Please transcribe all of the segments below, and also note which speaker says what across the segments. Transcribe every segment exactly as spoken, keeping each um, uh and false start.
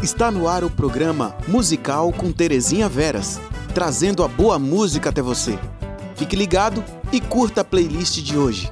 Speaker 1: Está no ar o programa Musical com Terezinha Veras, trazendo a boa música até você. Fique ligado e curta a playlist de hoje.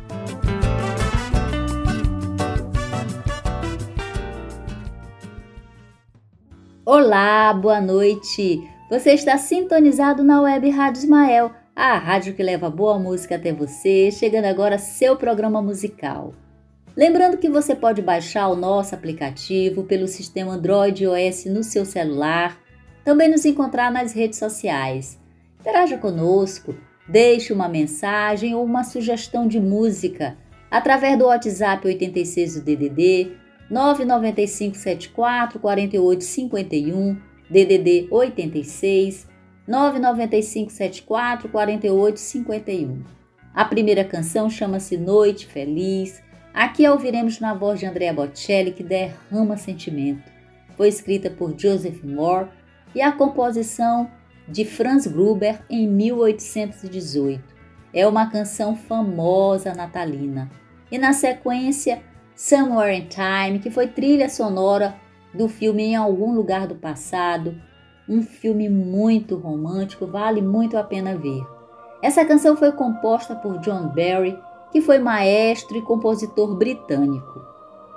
Speaker 2: Olá, boa noite! Você está sintonizado na Web Rádio Ismael, a rádio que leva boa música até você, chegando agora seu programa musical. Lembrando que você pode baixar o nosso aplicativo pelo sistema Android e iOS no seu celular, também nos encontrar nas redes sociais. Interaja conosco, deixe uma mensagem ou uma sugestão de música através do WhatsApp oitenta e seis do D D D nove nove cinco sete quatro quatro oito cinco um, D D D oitenta e seis nove nove cinco sete quatro quatro oito cinco um. A primeira canção chama-se Noite Feliz. Aqui a ouviremos na voz de Andrea Bocelli, que derrama sentimento. Foi escrita por Joseph Moore e a composição de Franz Gruber em mil oitocentos e dezoito. É uma canção famosa natalina. E na sequência, Somewhere in Time, que foi trilha sonora do filme Em Algum Lugar do Passado, um filme muito romântico, vale muito a pena ver. Essa canção foi composta por John Barry, que foi maestro e compositor britânico.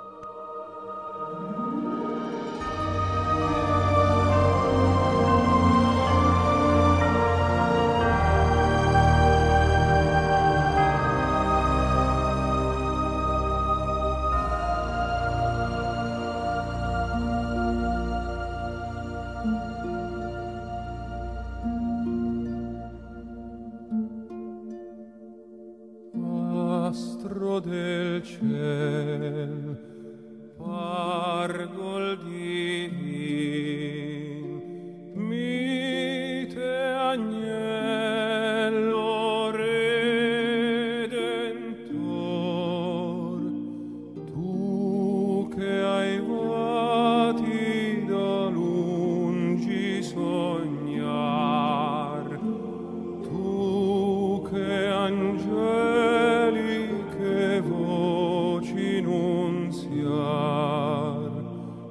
Speaker 3: Astro del ciel, pargol divin, mite agnello redentor, tu che hai vati da lungi sognar, tu che angeli voci nunziar,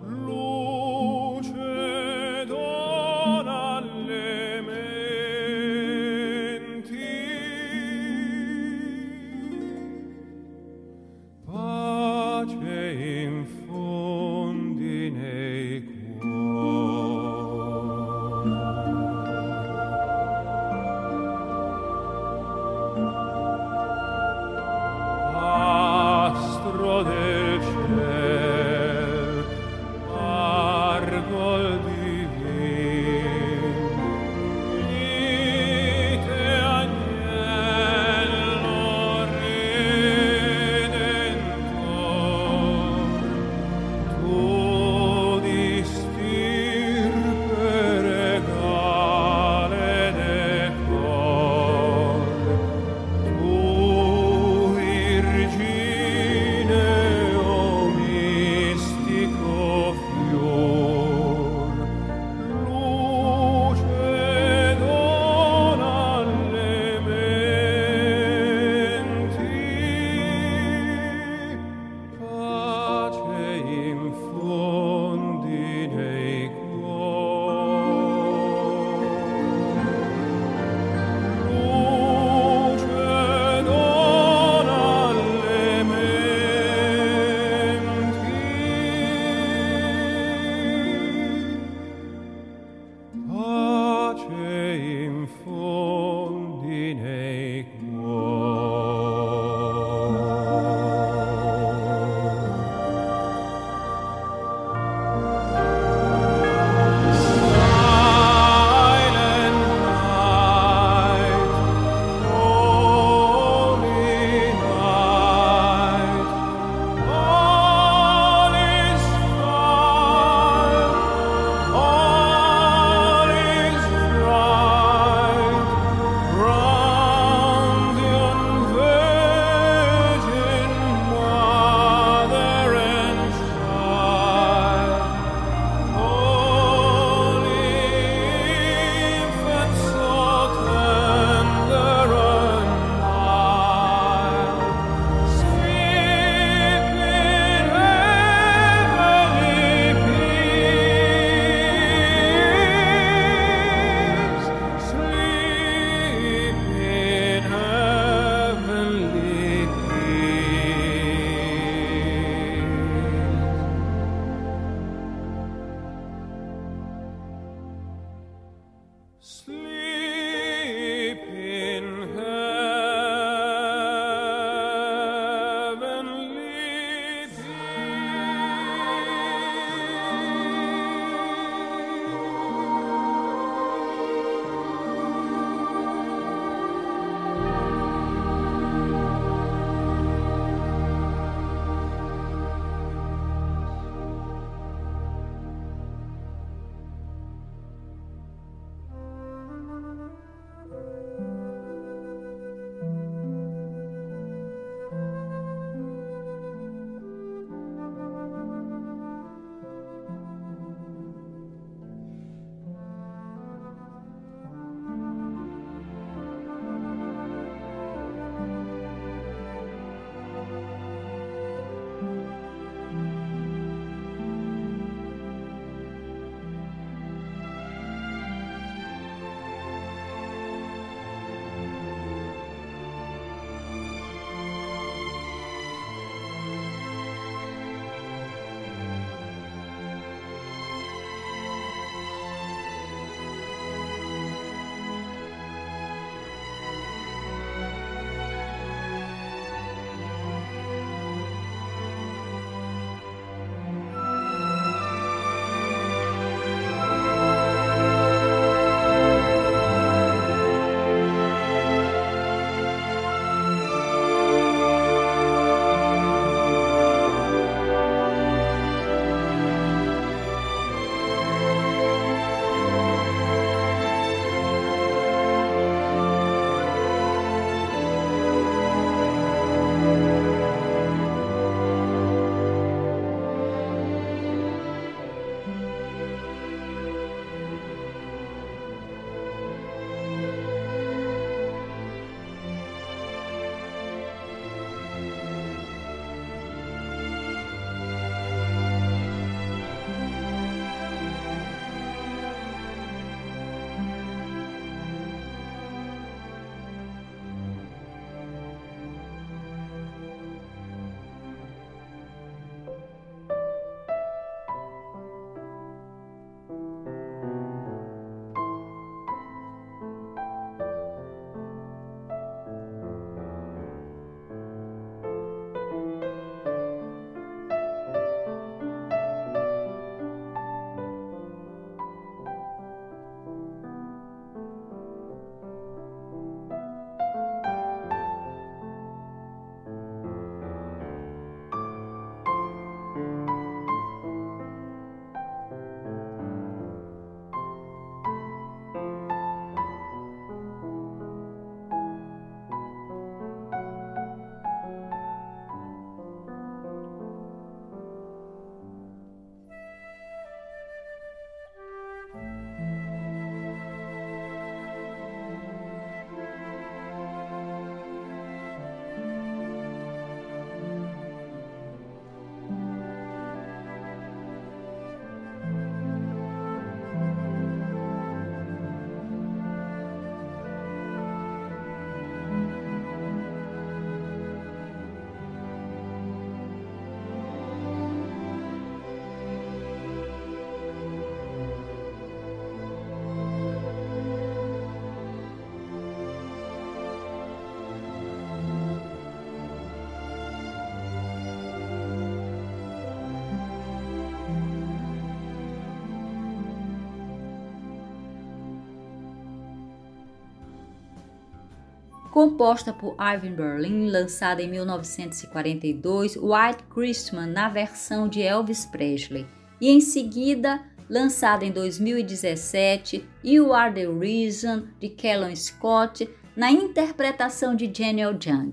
Speaker 2: Composta por Irving Berlin, lançada em mil novecentos e quarenta e dois, White Christmas na versão de Elvis Presley, e em seguida lançada em dois mil e dezessete, You Are the Reason de Callum Scott na interpretação de Daniel Young.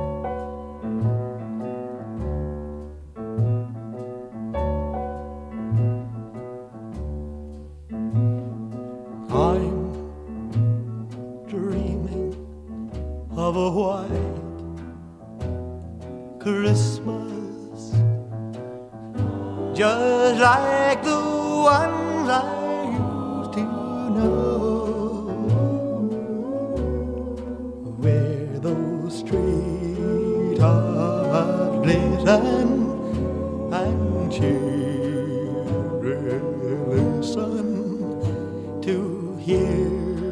Speaker 4: Of a white Christmas, just like the ones I used to know, where those treetops glisten and children listen to hear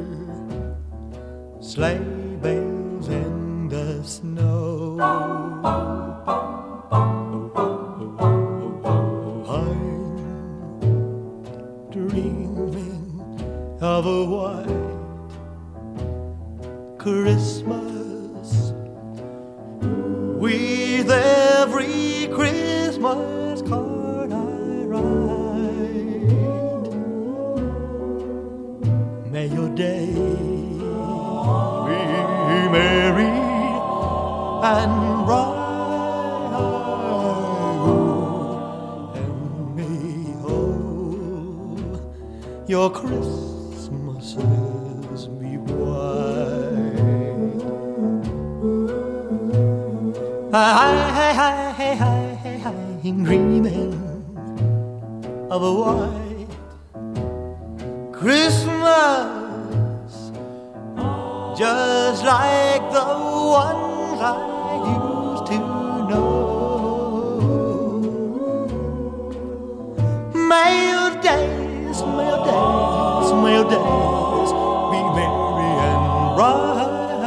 Speaker 4: sleigh bells in the snow. I'm dreaming of a white Christmas with every Christmas card I write. May your day merry and bright, and may all your Christmases be white. Hi, hi, hi, hi, hi, hi, I'm dreaming of a white Christmas, just like the ones I used to know. May your days, may your days, may your days be merry and bright,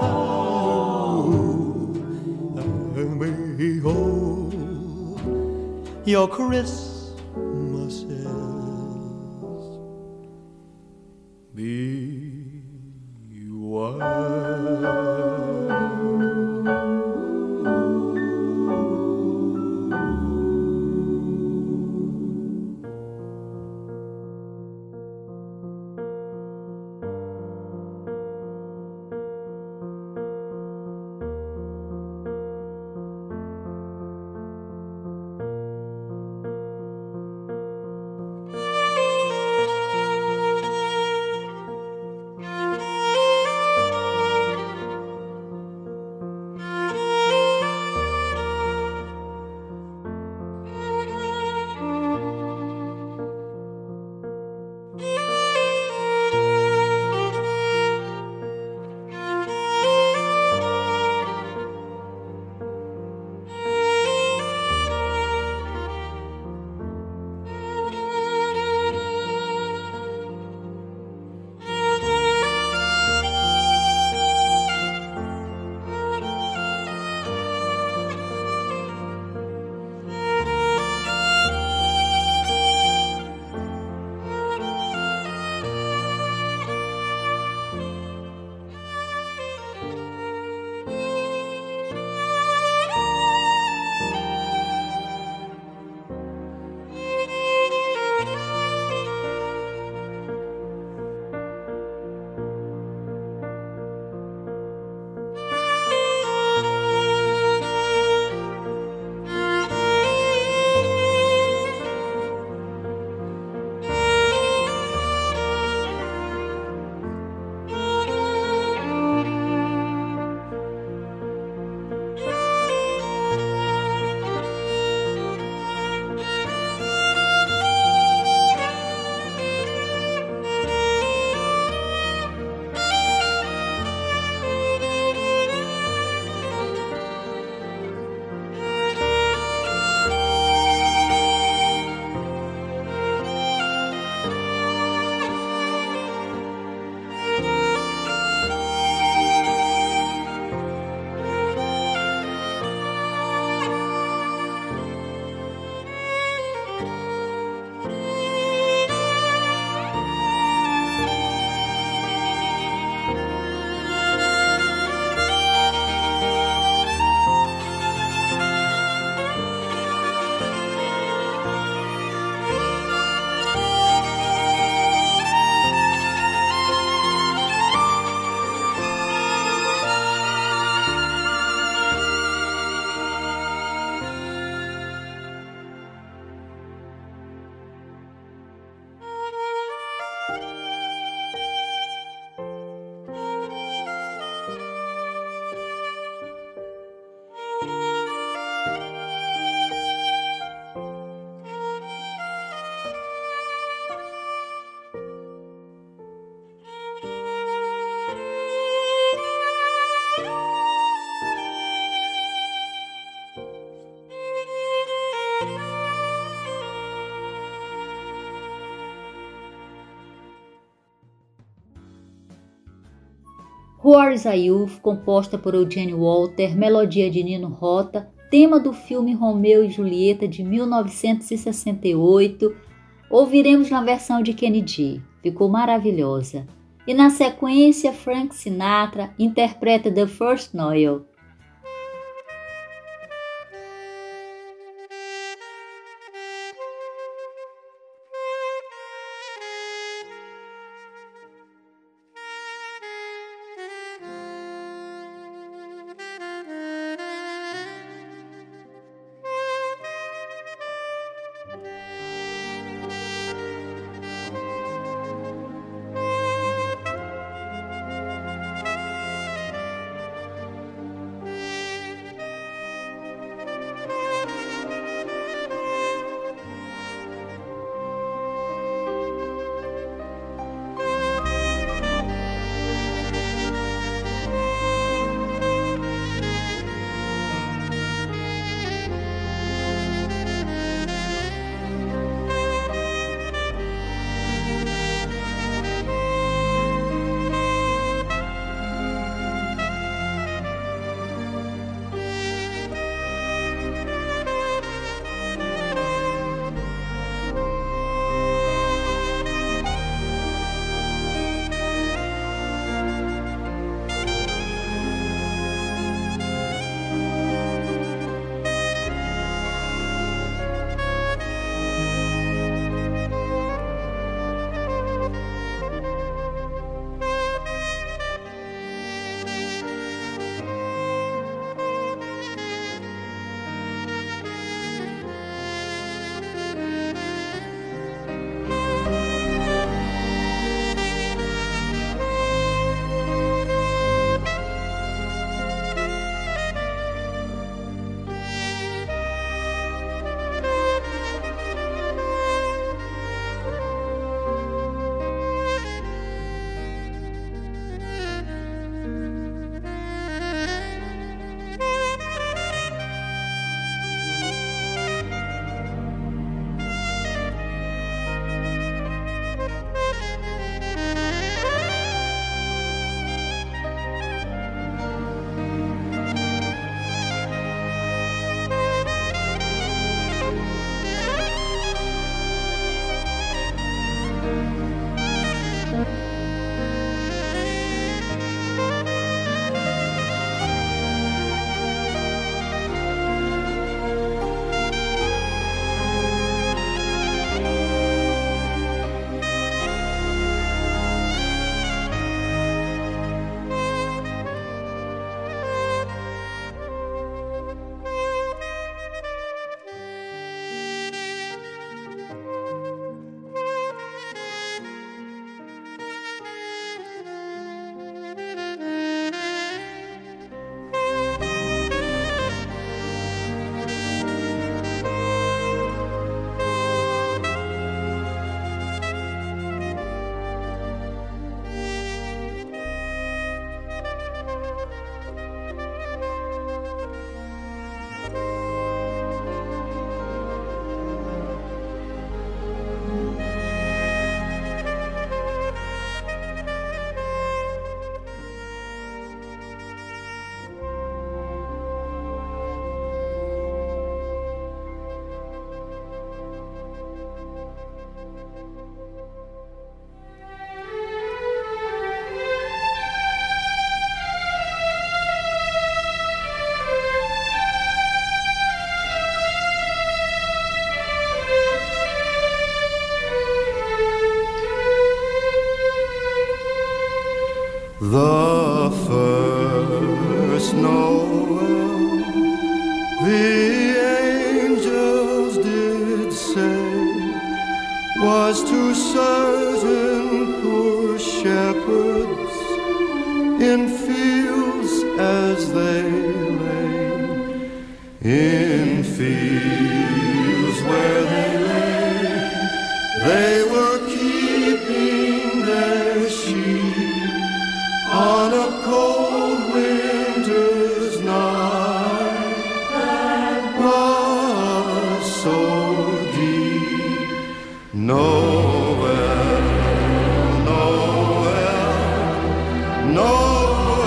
Speaker 4: and may all your Christmases be
Speaker 2: Where is a Youth, composta por Eugene Walter, melodia de Nino Rota, tema do filme Romeu e Julieta de mil novecentos e sessenta e oito, ouviremos na versão de Kenny G, ficou maravilhosa. E na sequência, Frank Sinatra interpreta The First Noel.
Speaker 3: The first Noel, the angels did say, was to certain poor shepherds in fields as they lay, in fields where they lay, they were keeping their sheep on a cold winter's night that was so deep. Noel, Noel, Noel.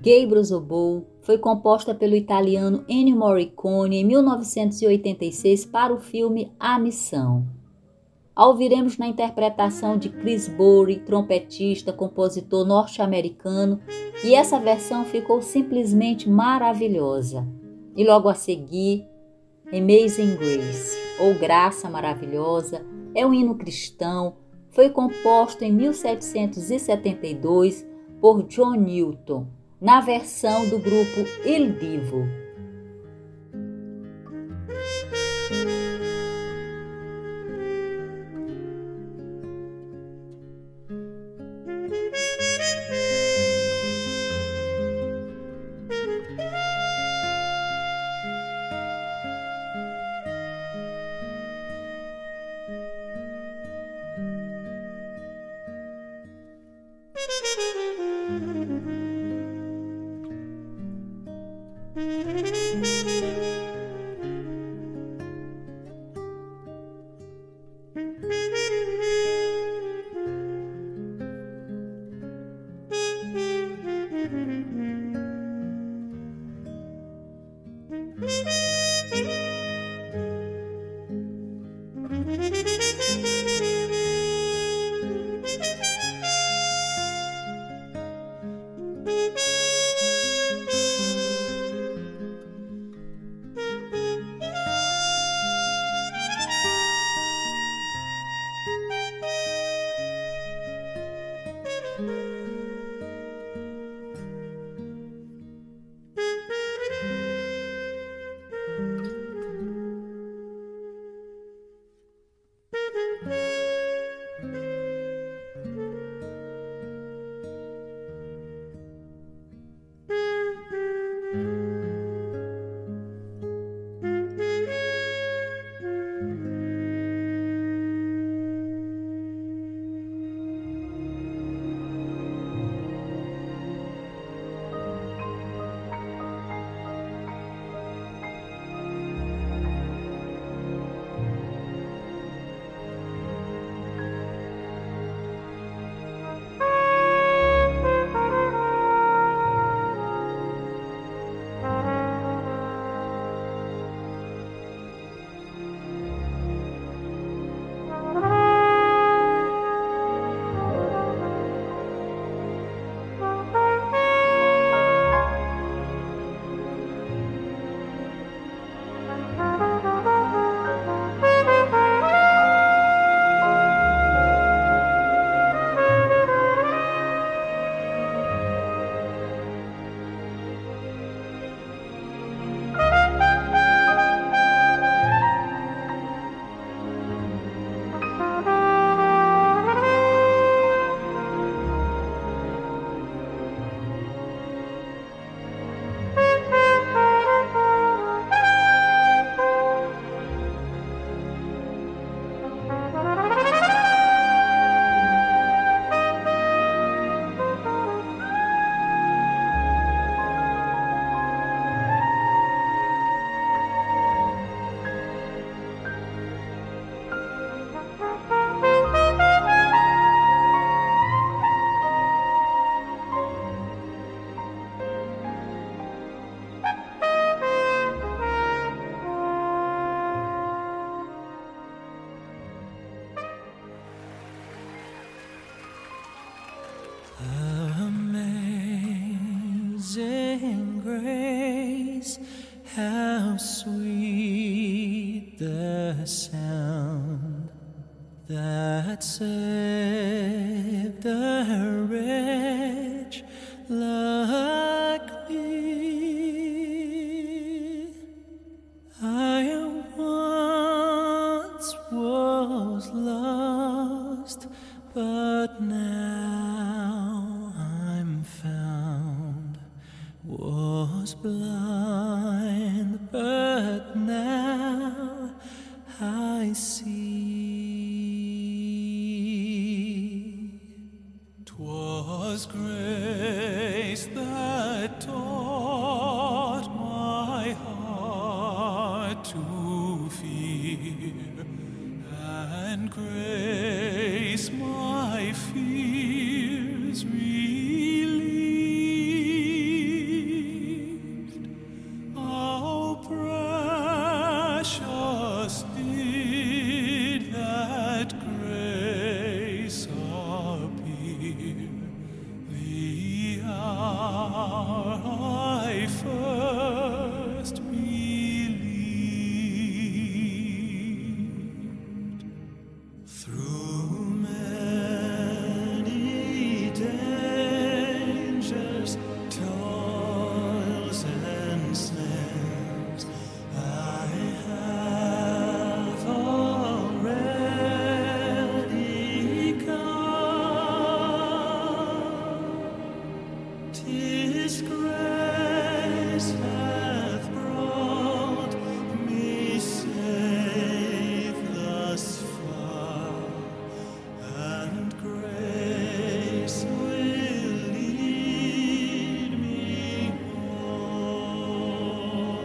Speaker 2: Gabriel Zobou foi composta pelo italiano Ennio Morricone em mil novecentos e oitenta e seis para o filme A Missão. A ouviremos na interpretação de Chris Bory, trompetista, compositor norte-americano, e essa versão ficou simplesmente maravilhosa. E logo a seguir, Amazing Grace, ou Graça Maravilhosa, é um hino cristão, foi composto em mil setecentos e setenta e dois por John Newton, na versão do grupo Il Divo.
Speaker 4: Amazing grace, how sweet the sound that saved a wretch like me. I once was lost, but now I'm found. Was blind, but now I see. 'Twas let grace appear. The hour I first believed. Through many dangers, toils and snares, I have already come. 'Tis grace hath brought me safe thus far, and grace will lead me home.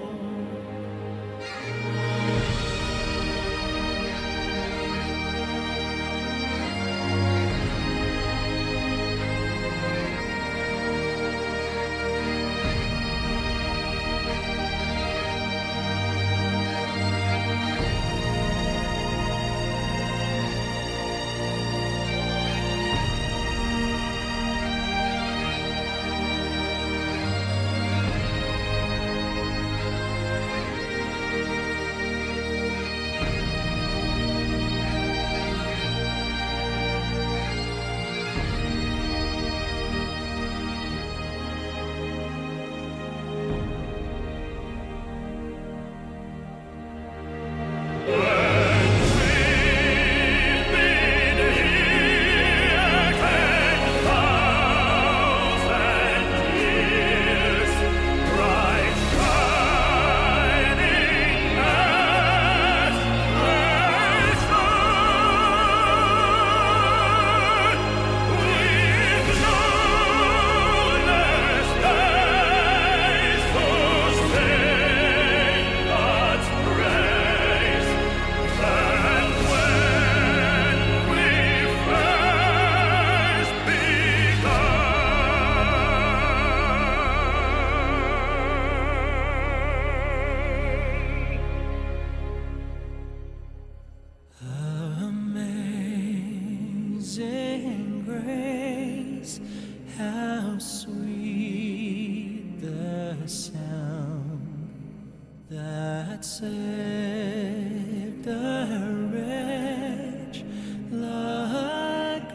Speaker 4: Amazing grace, how sweet the sound that saved a wretch like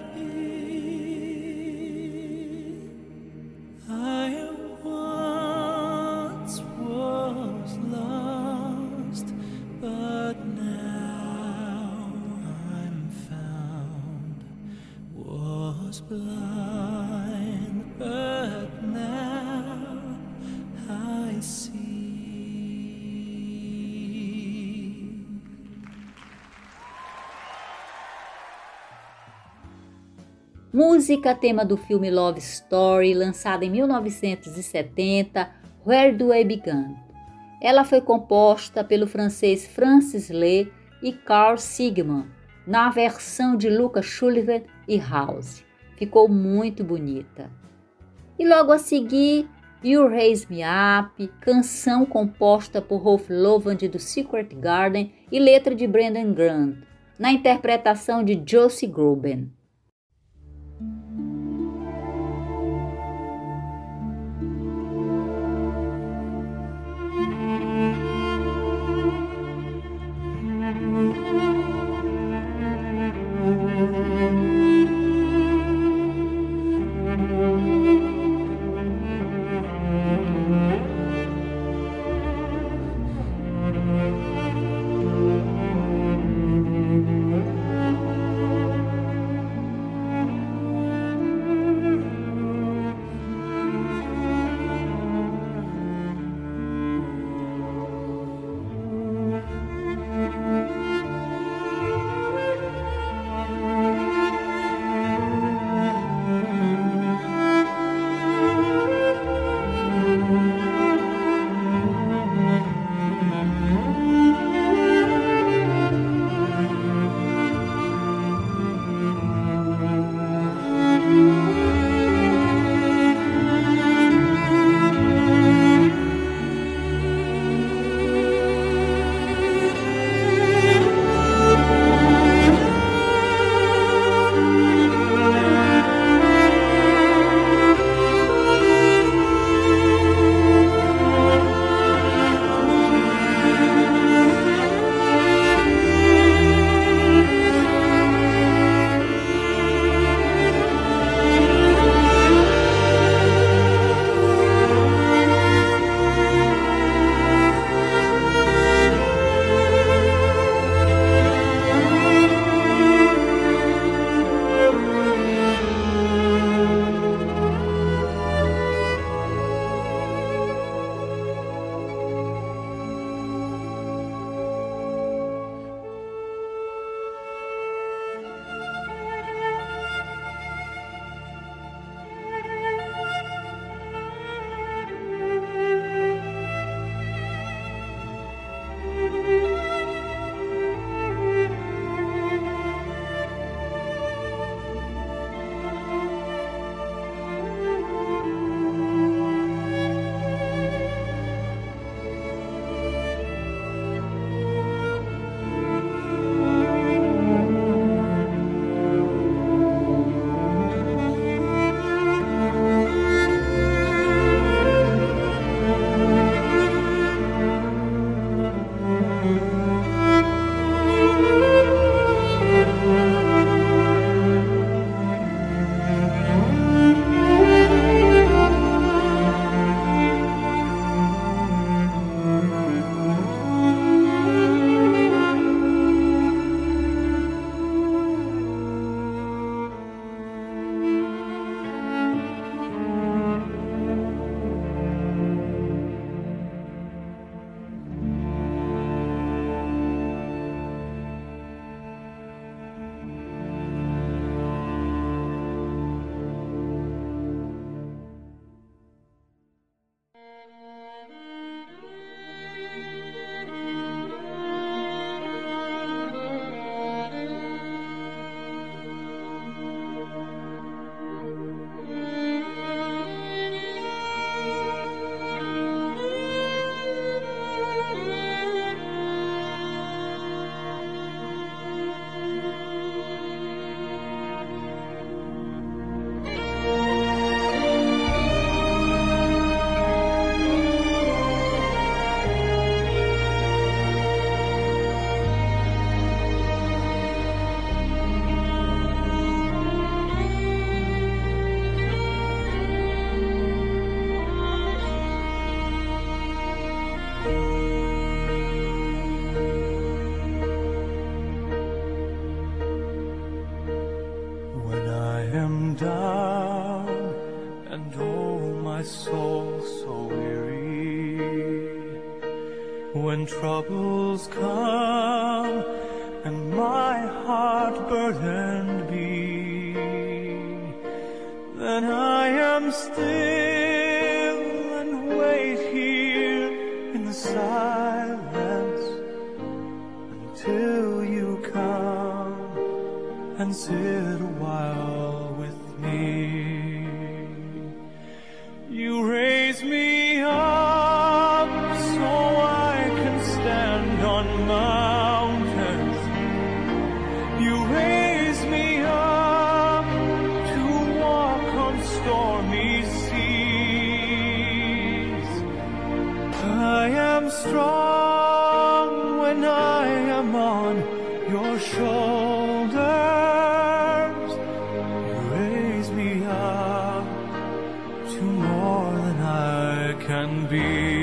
Speaker 4: me. I once was lost, but now I'm found. Was blind, but now I see.
Speaker 2: Música tema do filme Love Story, lançada em mil novecentos e setenta, Where Do I Begin? Ela foi composta pelo francês Francis Lee e Carl Sigman, na versão de Lucas Sullivan e House. Ficou muito bonita. E logo a seguir, You Raise Me Up, canção composta por Rolf Lovand do Secret Garden e letra de Brendan Grant, na interpretação de Josie Groban.
Speaker 3: feeling down, and oh, my soul so weary. When troubles come and my heart burdened be, then I am still and wait here in the silence until you come and sit a while with me. You raise me up so I can stand on mountains. You raise me up to walk on stormy seas. I am strong when I am on your shoulders. You raise me up to more than I can be.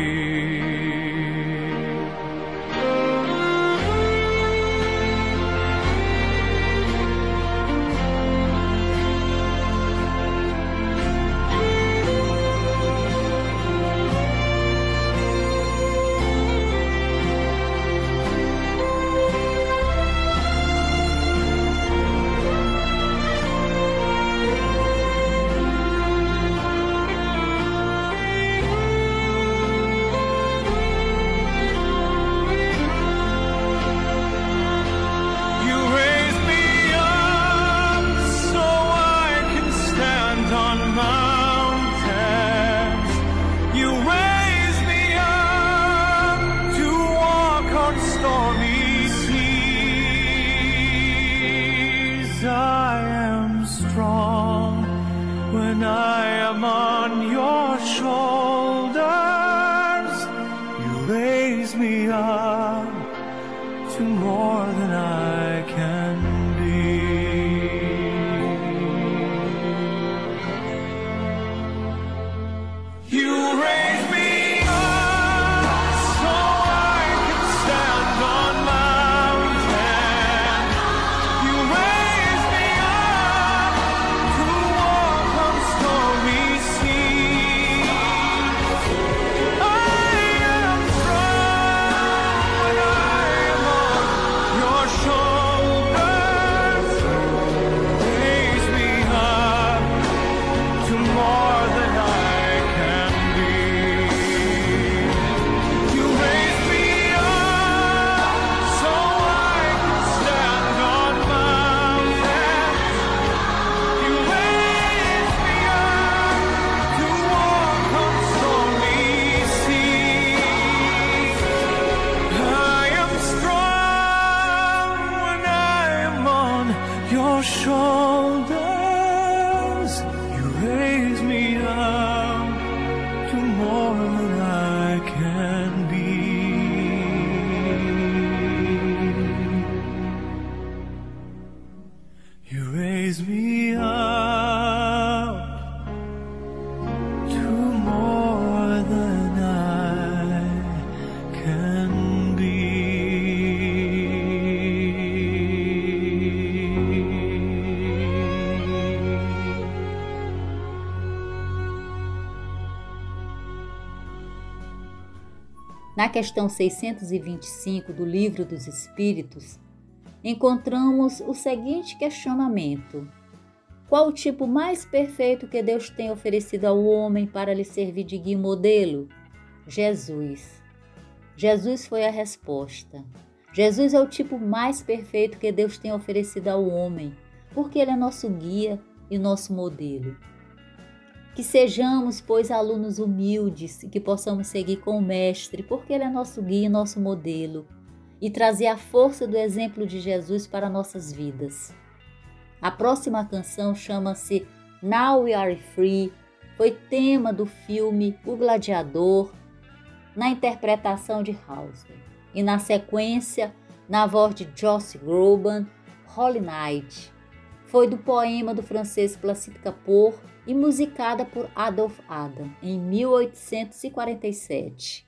Speaker 2: Na questão seiscentos e vinte e cinco do Livro dos Espíritos, encontramos o seguinte questionamento: qual o tipo mais perfeito que Deus tem oferecido ao homem para lhe servir de guia e modelo? Jesus. Jesus foi a resposta. Jesus é o tipo mais perfeito que Deus tem oferecido ao homem, porque Ele é nosso guia e nosso modelo. Que sejamos, pois, alunos humildes e que possamos seguir com o Mestre, porque Ele é nosso guia e nosso modelo, e trazer a força do exemplo de Jesus para nossas vidas. A próxima canção chama-se Now We Are Free, foi tema do filme O Gladiador, na interpretação de Halsey, e na sequência, na voz de Josh Groban, Holy Night. Foi do poema do francês Placide Cappeau e musicada por Adolphe Adam, em mil oitocentos e quarenta e sete.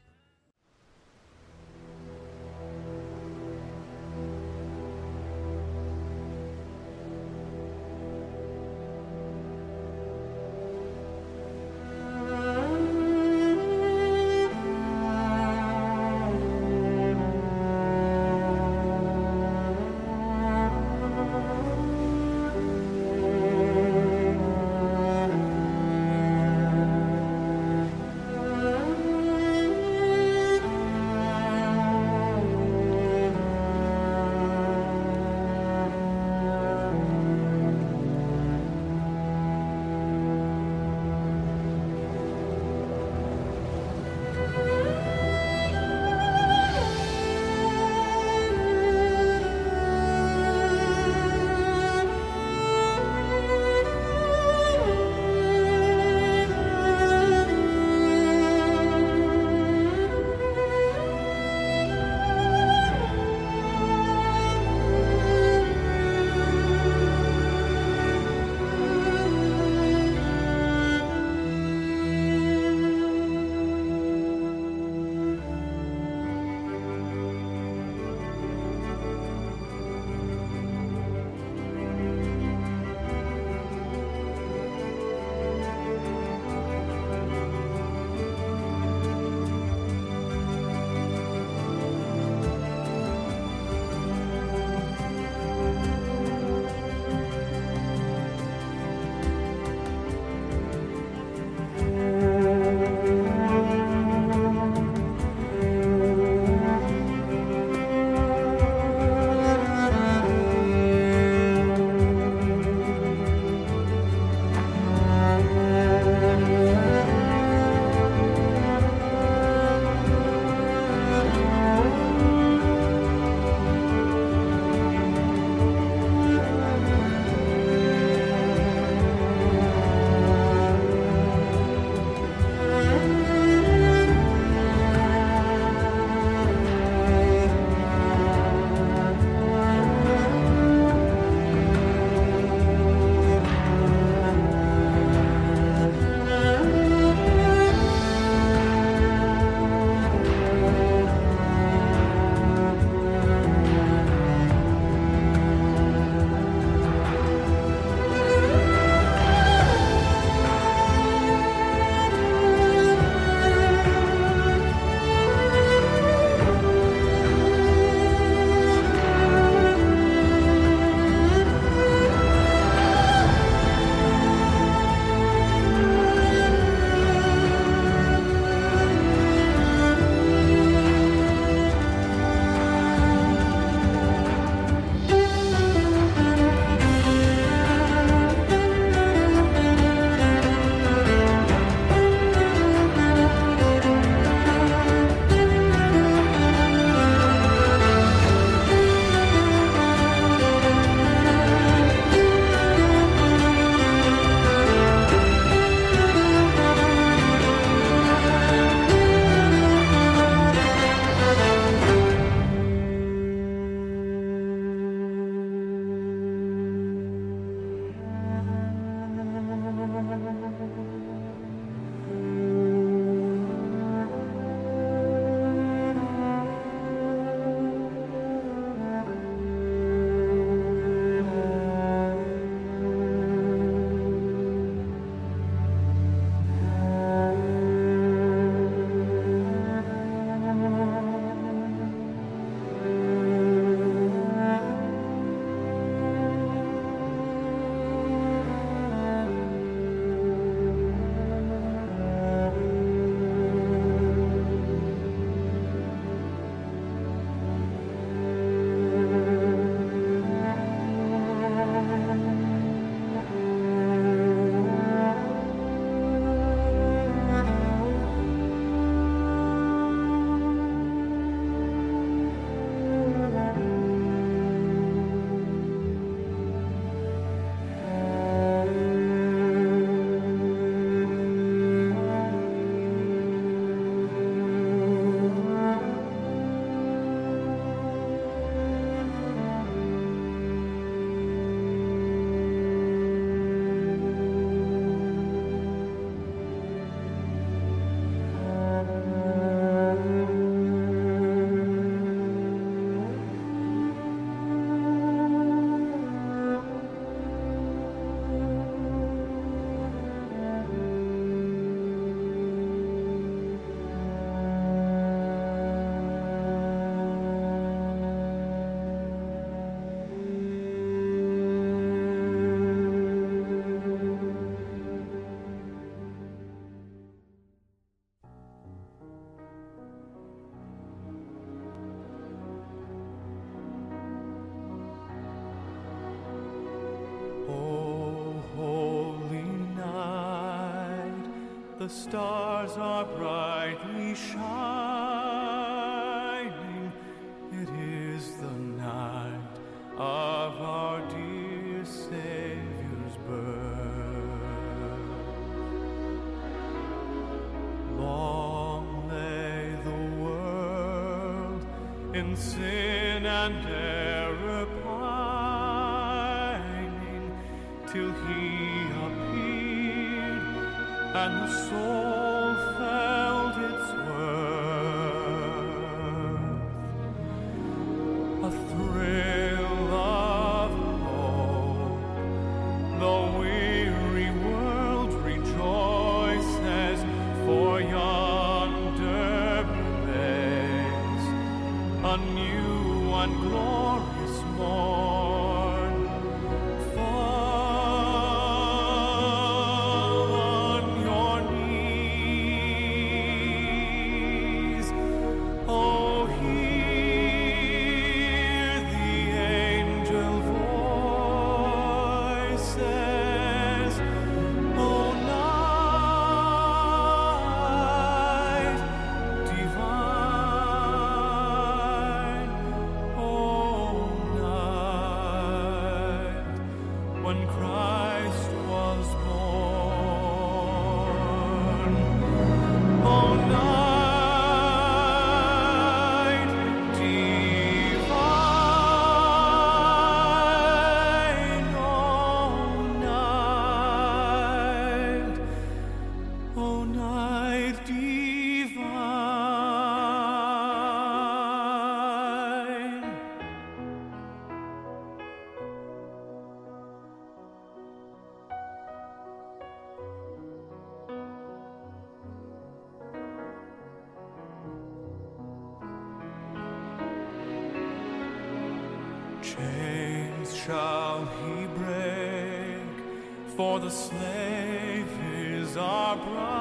Speaker 3: Oh, holy night, the stars are brightly shining. It is the night of our dear Savior's birth. Long lay the world in sin and error pining, till He appeared and the soul felt its worth. A thrill of hope, the weary world rejoices, for yonder breaks a new and glorious morn. Fall on your knees, oh, hear the angel voices, oh, night divine, oh, night when Christ was born, oh, night divine, oh, night, oh, night divine. Chains shall He break, for the slave is our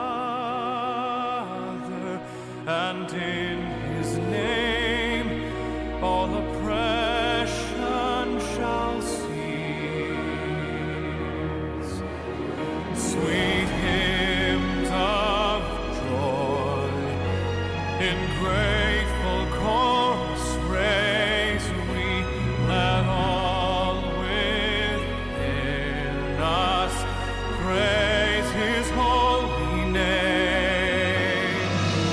Speaker 3: brother, and in His name all oppression shall cease. Sweet hymns of joy in grateful chorus raise we, let all within us praise His holy name.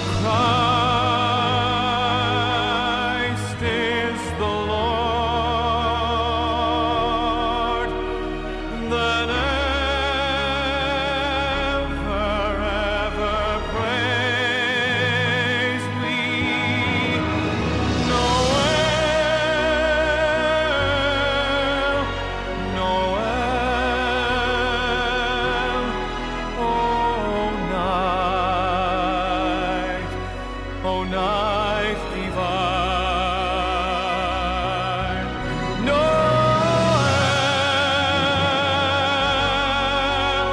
Speaker 3: Christ is the Lord, then ever, ever praise we. Noel, Noel, oh, night, oh, night divine. Noel,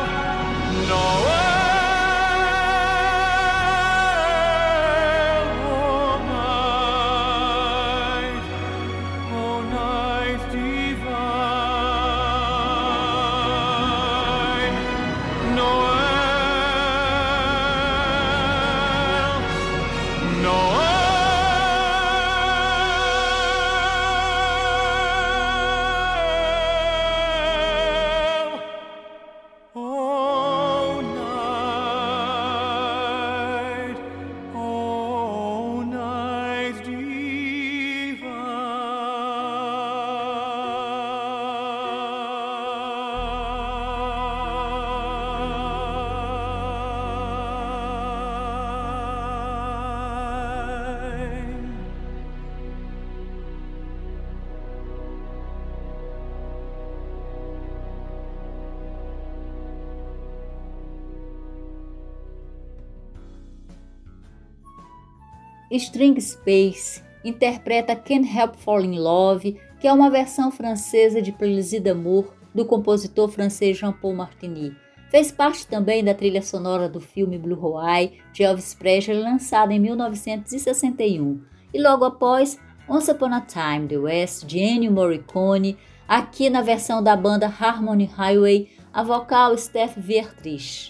Speaker 3: Noel, oh, night, oh, night divine. Noel, Noel, oh, night, oh, night divine.
Speaker 2: String Space interpreta Can't Help Falling in Love, que é uma versão francesa de Plaisir d'amour do compositor francês Jean-Paul Martini. Fez parte também da trilha sonora do filme Blue Hawaii, de Elvis Presley, lançado em mil novecentos e sessenta e um. E logo após, Once Upon a Time, The West, de Ennio Morricone, Aqui na versão da banda Harmony Highway, a vocal Steph Wiertrich.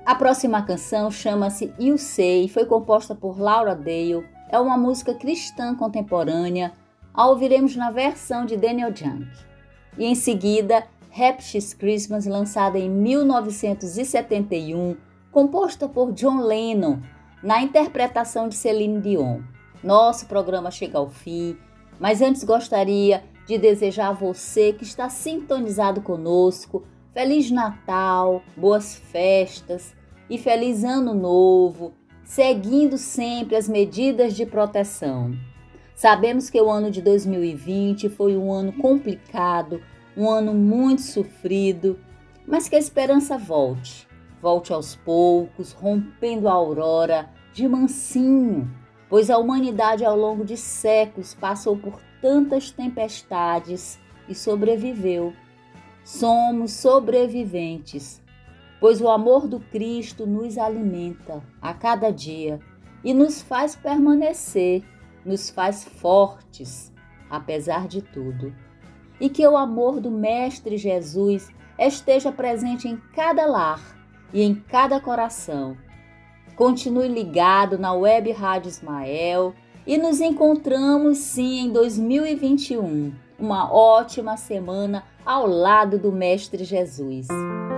Speaker 2: A próxima canção chama-se You Say e foi composta por Laura Dale. É uma música cristã contemporânea. A ouviremos na versão de Daniel Young. E em seguida, Happy She's Christmas, lançada em mil novecentos e setenta e um, composta por John Lennon, na interpretação de Celine Dion. Nosso programa chega ao fim, mas antes gostaria de desejar a você que está sintonizado conosco Feliz Natal, boas festas e feliz Ano Novo, seguindo sempre as medidas de proteção. Sabemos que o ano de dois mil e vinte foi um ano complicado, um ano muito sofrido, mas que a esperança volte. Volte aos poucos, rompendo a aurora de mansinho, pois a humanidade ao longo de séculos passou por tantas tempestades e sobreviveu. Somos sobreviventes, pois o amor do Cristo nos alimenta a cada dia e nos faz permanecer, nos faz fortes, apesar de tudo. E que o amor do Mestre Jesus esteja presente em cada lar e em cada coração. Continue ligado na Web Rádio Ismael e nos encontramos sim em dois mil e vinte e um. Uma ótima semana ao lado do Mestre Jesus.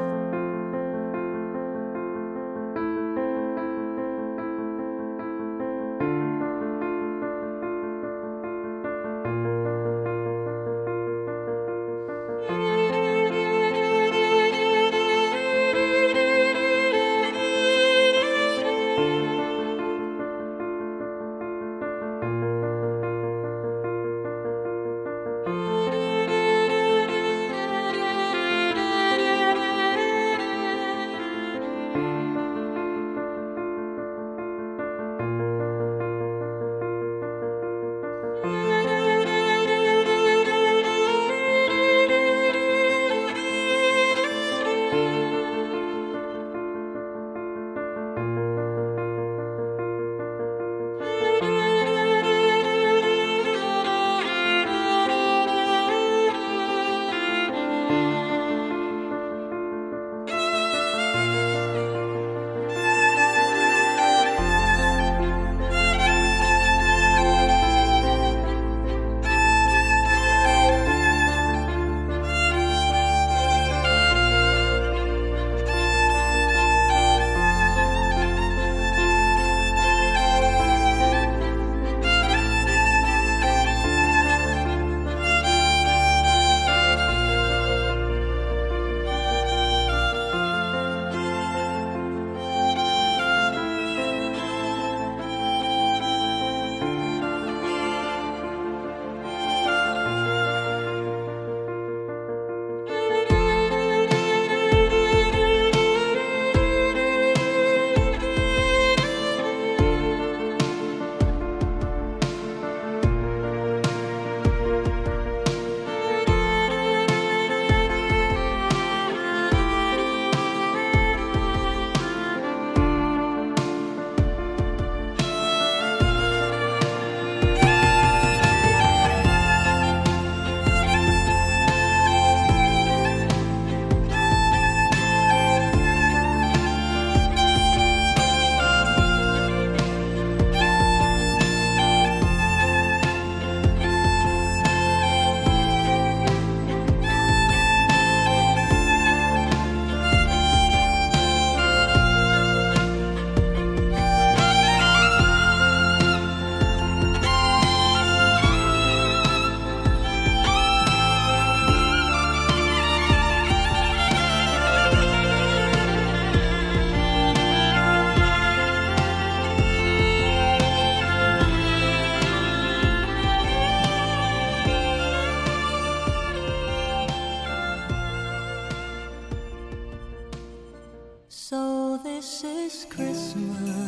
Speaker 5: So this is Christmas,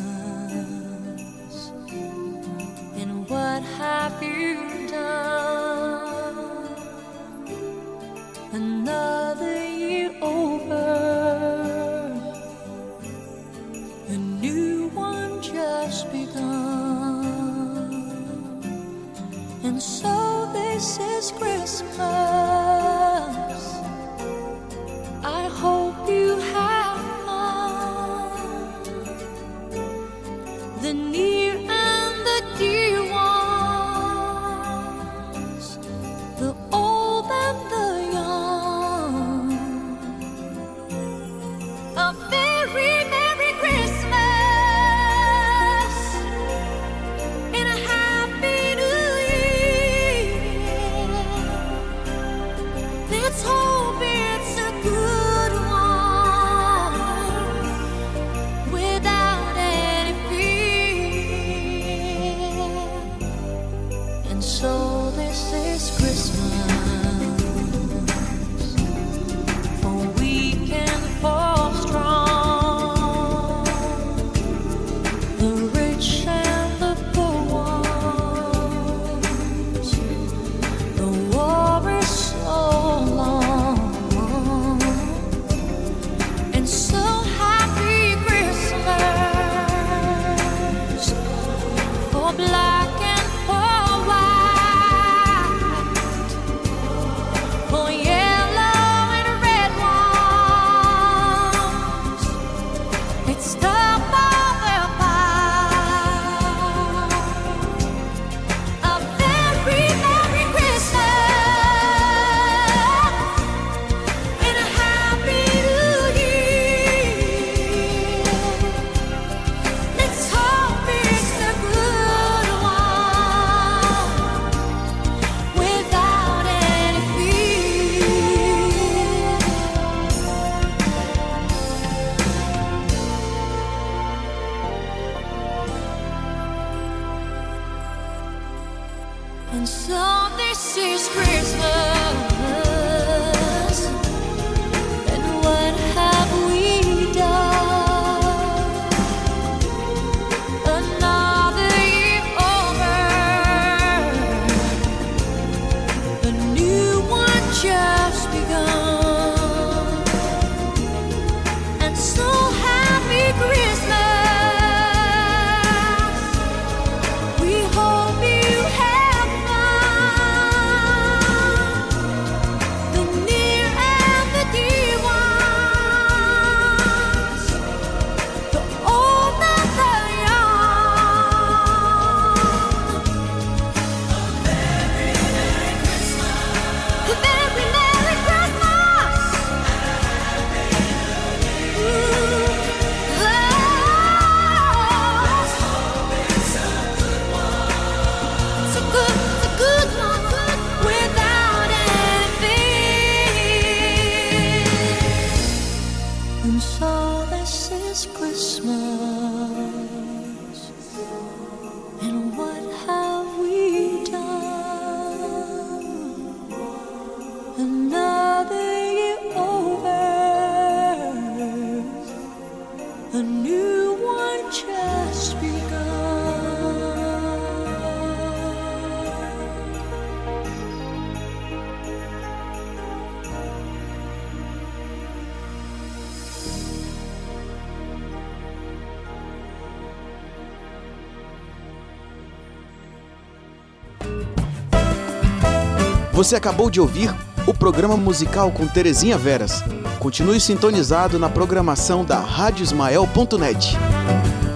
Speaker 5: and what have you done? Another year over, a new one just begun. And so this is Christmas. I hope you have fun. the near and the dear ones, the old and the young. A very Merry Christmas and a Happy New Year. Let's hope it's a good one without any fear. And so this is Christmas, for weak and for strong, the rich and the poor ones. The war is so long, and so happy Christmas for black and for white, for yellow and red ones. It's time for their fight. A very Merry Christmas and a Happy New Year. Let's hope it's a good one without any fear. And so this is Christmas, and what have we done? Another year over, a new one just begun. And so happy Christmas, we hope you have fun. The near and the dear ones, the old and the young. A very Merry Christmas, a very Merry Christmas. Ooh, oh. It's a good, it's a good one without anything. And so this is Christmas, and what have we done? Another year over, a new one just begun.
Speaker 1: Você acabou de ouvir o programa musical com Terezinha Veras. Continue sintonizado na programação da rádio ismael ponto net.